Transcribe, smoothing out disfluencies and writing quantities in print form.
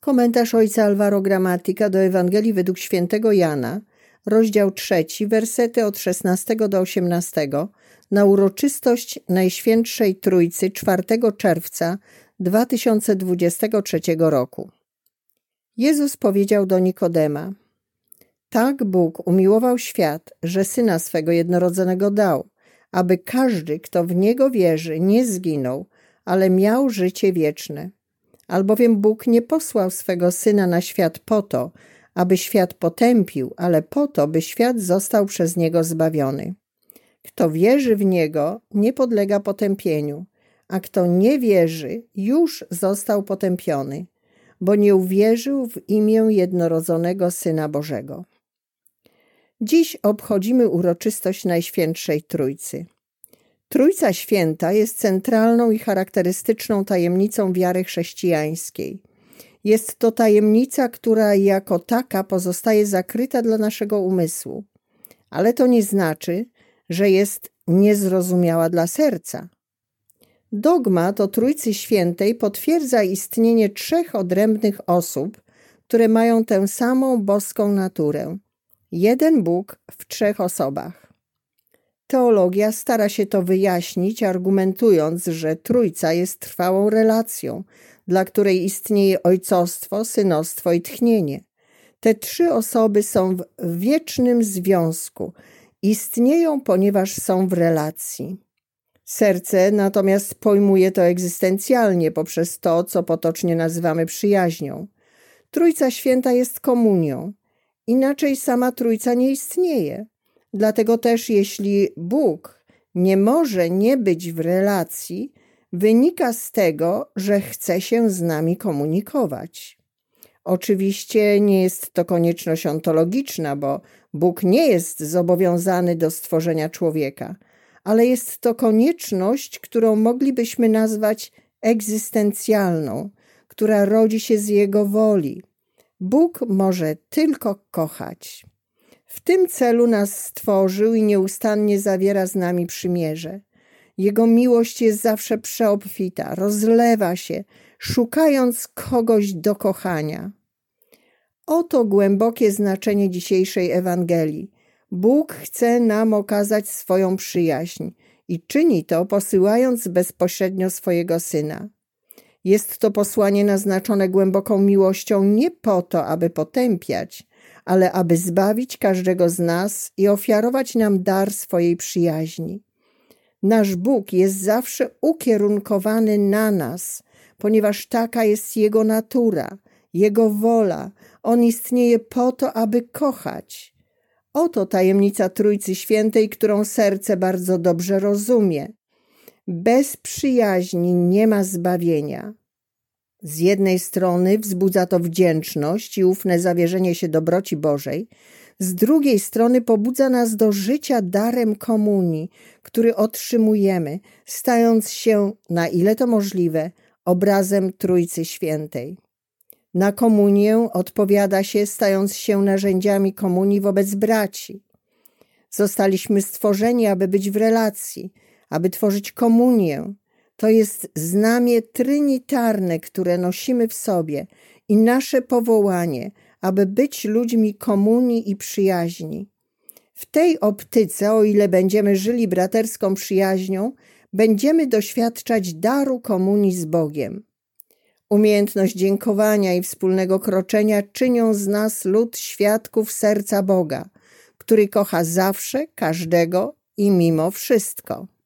Komentarz ojca Alvaro Gramatika do Ewangelii według świętego Jana, rozdział 3, wersety od 16 do 18, na uroczystość Najświętszej Trójcy 4 czerwca 2023 roku. Jezus powiedział do Nikodema: tak Bóg umiłował świat, że Syna swego jednorodzonego dał, aby każdy, kto w Niego wierzy, nie zginął, ale miał życie wieczne. Albowiem Bóg nie posłał swego Syna na świat po to, aby świat potępił, ale po to, by świat został przez Niego zbawiony. Kto wierzy w Niego, nie podlega potępieniu, a kto nie wierzy, już został potępiony, bo nie uwierzył w imię jednorodzonego Syna Bożego. Dziś obchodzimy uroczystość Najświętszej Trójcy. Trójca Święta jest centralną i charakterystyczną tajemnicą wiary chrześcijańskiej. Jest to tajemnica, która jako taka pozostaje zakryta dla naszego umysłu. Ale to nie znaczy, że jest niezrozumiała dla serca. Dogmat o Trójcy Świętej potwierdza istnienie trzech odrębnych osób, które mają tę samą boską naturę. Jeden Bóg w trzech osobach. Teologia stara się to wyjaśnić, argumentując, że Trójca jest trwałą relacją, dla której istnieje ojcostwo, synostwo i tchnienie. Te trzy osoby są w wiecznym związku. Istnieją, ponieważ są w relacji. Serce natomiast pojmuje to egzystencjalnie poprzez to, co potocznie nazywamy przyjaźnią. Trójca Święta jest komunią. Inaczej sama Trójca nie istnieje. Dlatego też jeśli Bóg nie może nie być w relacji, wynika z tego, że chce się z nami komunikować. Oczywiście nie jest to konieczność ontologiczna, bo Bóg nie jest zobowiązany do stworzenia człowieka, ale jest to konieczność, którą moglibyśmy nazwać egzystencjalną, która rodzi się z Jego woli. Bóg może tylko kochać. W tym celu nas stworzył i nieustannie zawiera z nami przymierze. Jego miłość jest zawsze przeobfita, rozlewa się, szukając kogoś do kochania. Oto głębokie znaczenie dzisiejszej Ewangelii. Bóg chce nam okazać swoją przyjaźń i czyni to, posyłając bezpośrednio swojego Syna. Jest to posłanie naznaczone głęboką miłością nie po to, aby potępiać, ale aby zbawić każdego z nas i ofiarować nam dar swojej przyjaźni. Nasz Bóg jest zawsze ukierunkowany na nas, ponieważ taka jest Jego natura, Jego wola. On istnieje po to, aby kochać. Oto tajemnica Trójcy Świętej, którą serce bardzo dobrze rozumie. Bez przyjaźni nie ma zbawienia. Z jednej strony wzbudza to wdzięczność i ufne zawierzenie się dobroci Bożej, z drugiej strony pobudza nas do życia darem komunii, który otrzymujemy, stając się, na ile to możliwe, obrazem Trójcy Świętej. Na komunię odpowiada się, stając się narzędziami komunii wobec braci. Zostaliśmy stworzeni, aby być w relacji, aby tworzyć komunię. To jest znamię trinitarne, które nosimy w sobie i nasze powołanie, aby być ludźmi komunii i przyjaźni. W tej optyce, o ile będziemy żyli braterską przyjaźnią, będziemy doświadczać daru komunii z Bogiem. Umiejętność dziękowania i wspólnego kroczenia czynią z nas lud świadków serca Boga, który kocha zawsze, każdego i mimo wszystko.